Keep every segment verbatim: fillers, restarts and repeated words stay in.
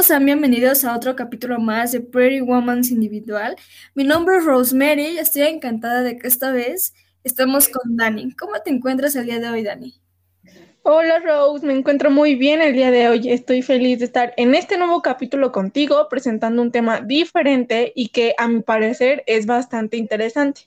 sean bienvenidos a otro capítulo más de Pretty Woman's Individual. Mi nombre es Rosemary y estoy encantada de que esta vez estemos con Dani. ¿Cómo te encuentras el día de hoy, Dani? Hola Rose, me encuentro muy bien el día de hoy. Estoy feliz de estar en este nuevo capítulo contigo, presentando un tema diferente y que a mi parecer es bastante interesante.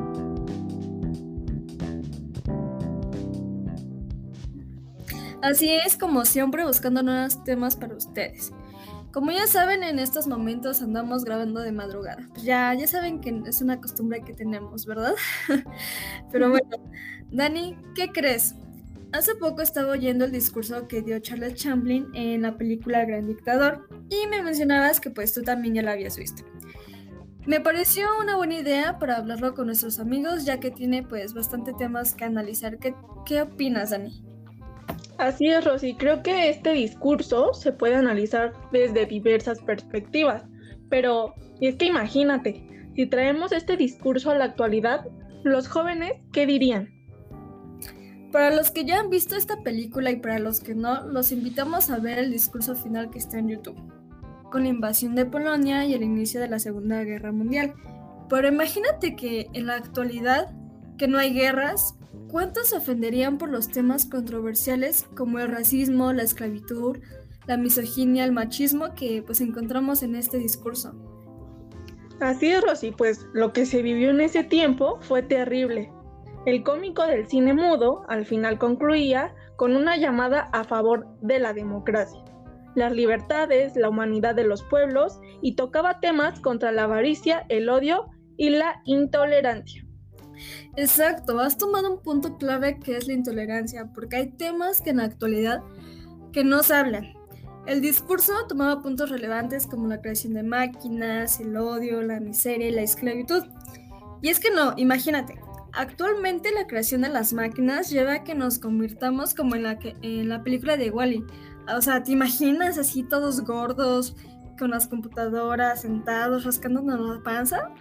Así es, como siempre, buscando nuevos temas para ustedes. Como ya saben, en estos momentos andamos grabando de madrugada. Pues ya, ya saben que es una costumbre que tenemos, ¿verdad? Pero bueno, Dani, ¿qué crees? Hace poco estaba oyendo el discurso que dio Charles Chaplin en la película El Gran Dictador y me mencionabas que pues tú también ya la habías visto. Me pareció una buena idea para hablarlo con nuestros amigos, ya que tiene pues bastante temas que analizar. ¿Qué, qué opinas, Dani? Así es, Rosy. Creo que este discurso se puede analizar desde diversas perspectivas, pero y es que imagínate, si traemos este discurso a la actualidad, los jóvenes, ¿qué dirían? Para los que ya han visto esta película y para los que no, los invitamos a ver el discurso final que está en YouTube, con la invasión de Polonia y el inicio de la Segunda Guerra Mundial. Pero imagínate que en la actualidad, que no hay guerras, ¿cuántos se ofenderían por los temas controversiales como el racismo, la esclavitud, la misoginia, el machismo que pues encontramos en este discurso? Así es, Rosy, pues lo que se vivió en ese tiempo fue terrible. El cómico del cine mudo al final concluía con una llamada a favor de la democracia, las libertades, la humanidad de los pueblos y tocaba temas contra la avaricia, el odio y la intolerancia. Exacto, has tomado un punto clave que es la intolerancia, porque hay temas que en la actualidad que no se hablan. El discurso tomaba puntos relevantes como la creación de máquinas, el odio, la miseria y la esclavitud. Y es que no, imagínate, actualmente la creación de las máquinas lleva a que nos convirtamos como en la, que, en la película de Wall-E. O sea, ¿te imaginas así todos gordos, con las computadoras, sentados, rascándonos la panza?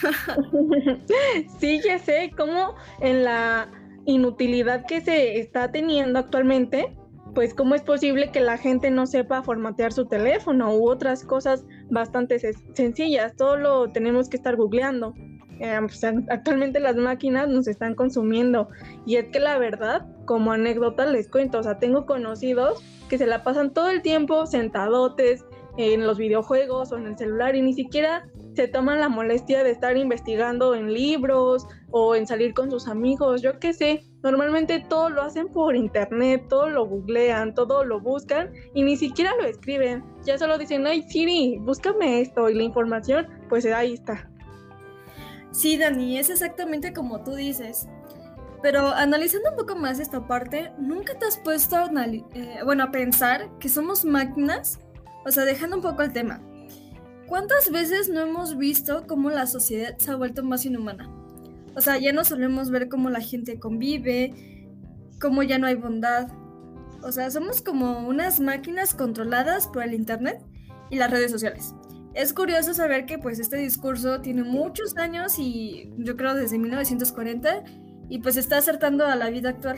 Sí, ya sé cómo en la inutilidad que se está teniendo actualmente, pues cómo es posible que la gente no sepa formatear su teléfono u otras cosas bastante sencillas. Todo lo tenemos que estar googleando. Eh, pues, actualmente las máquinas nos están consumiendo y es que la verdad, como anécdota les cuento, o sea, tengo conocidos que se la pasan todo el tiempo sentadotes en los videojuegos o en el celular y ni siquiera se toman la molestia de estar investigando en libros o en salir con sus amigos, yo qué sé. Normalmente todo lo hacen por internet, todo lo googlean, todo lo buscan y ni siquiera lo escriben. Ya solo dicen, ay Siri, búscame esto y la información, pues ahí está. Sí, Dani, es exactamente como tú dices. Pero analizando un poco más esta parte, ¿nunca te has puesto a, eh, bueno, a pensar que somos máquinas? O sea, dejando un poco el tema. ¿Cuántas veces no hemos visto cómo la sociedad se ha vuelto más inhumana? O sea, ya no solemos ver cómo la gente convive, cómo ya no hay bondad. O sea, somos como unas máquinas controladas por el internet y las redes sociales. Es curioso saber que pues este discurso tiene muchos años y yo creo desde mil novecientos cuarenta y pues está acertando a la vida actual.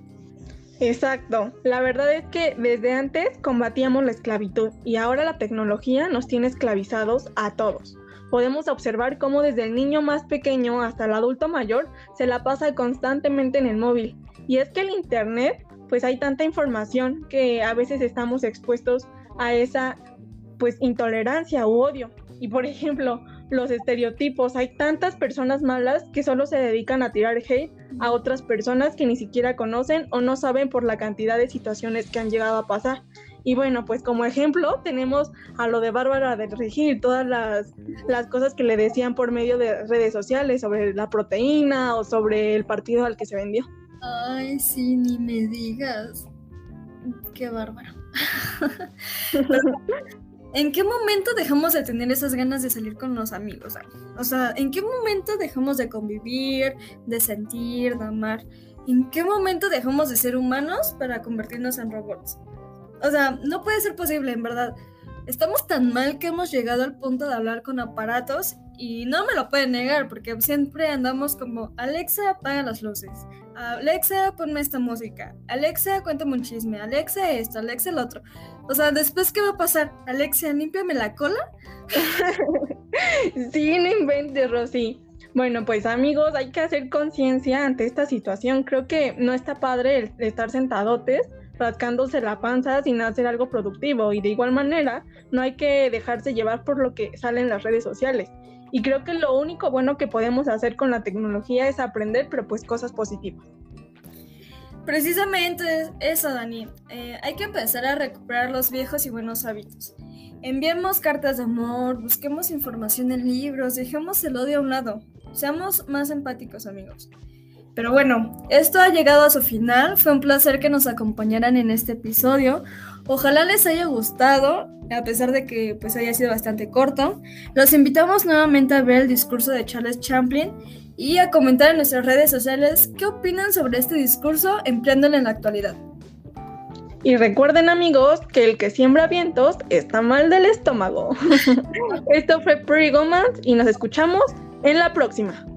Exacto, la verdad es que desde antes combatíamos la esclavitud y ahora la tecnología nos tiene esclavizados a todos. Podemos observar cómo desde el niño más pequeño hasta el adulto mayor se la pasa constantemente en el móvil. Y es que el internet, pues hay tanta información que a veces estamos expuestos a esa pues intolerancia u odio. Y por ejemplo, los estereotipos, hay tantas personas malas que solo se dedican a tirar hate a otras personas que ni siquiera conocen o no saben por la cantidad de situaciones que han llegado a pasar. Y bueno, pues como ejemplo tenemos a lo de Bárbara de Regil, todas las, las cosas que le decían por medio de redes sociales sobre la proteína o sobre el partido al que se vendió. Ay, sí, ni me digas. Qué bárbaro. Pero, ¿en qué momento dejamos de tener esas ganas de salir con los amigos? O sea, ¿en qué momento dejamos de convivir, de sentir, de amar? ¿En qué momento dejamos de ser humanos para convertirnos en robots? O sea, no puede ser posible, en verdad. Estamos tan mal que hemos llegado al punto de hablar con aparatos y no me lo pueden negar porque siempre andamos como, Alexa, apaga las luces, Alexa, ponme esta música, Alexa, cuéntame un chisme, Alexa esto, Alexa el otro. O sea, después, ¿qué va a pasar? Alexa, límpiame la cola. Sí, no inventes, Rosy. Bueno, pues amigos, hay que hacer conciencia ante esta situación. Creo que no está padre el estar sentadotes, rascándose la panza sin hacer algo productivo, y de igual manera no hay que dejarse llevar por lo que sale en las redes sociales. Y creo que lo único bueno que podemos hacer con la tecnología es aprender, pero pues cosas positivas. Precisamente eso, Dani. Eh, hay que empezar a recuperar los viejos y buenos hábitos. Enviemos cartas de amor, busquemos información en libros, dejemos el odio a un lado. Seamos más empáticos, amigos. Pero bueno, esto ha llegado a su final. Fue un placer que nos acompañaran en este episodio. Ojalá les haya gustado, a pesar de que pues haya sido bastante corto. Los invitamos nuevamente a ver el discurso de Charles Chaplin y a comentar en nuestras redes sociales qué opinan sobre este discurso empleándolo en la actualidad. Y recuerden, amigos, que el que siembra vientos está mal del estómago. Esto fue Pretty Gomans y nos escuchamos en la próxima.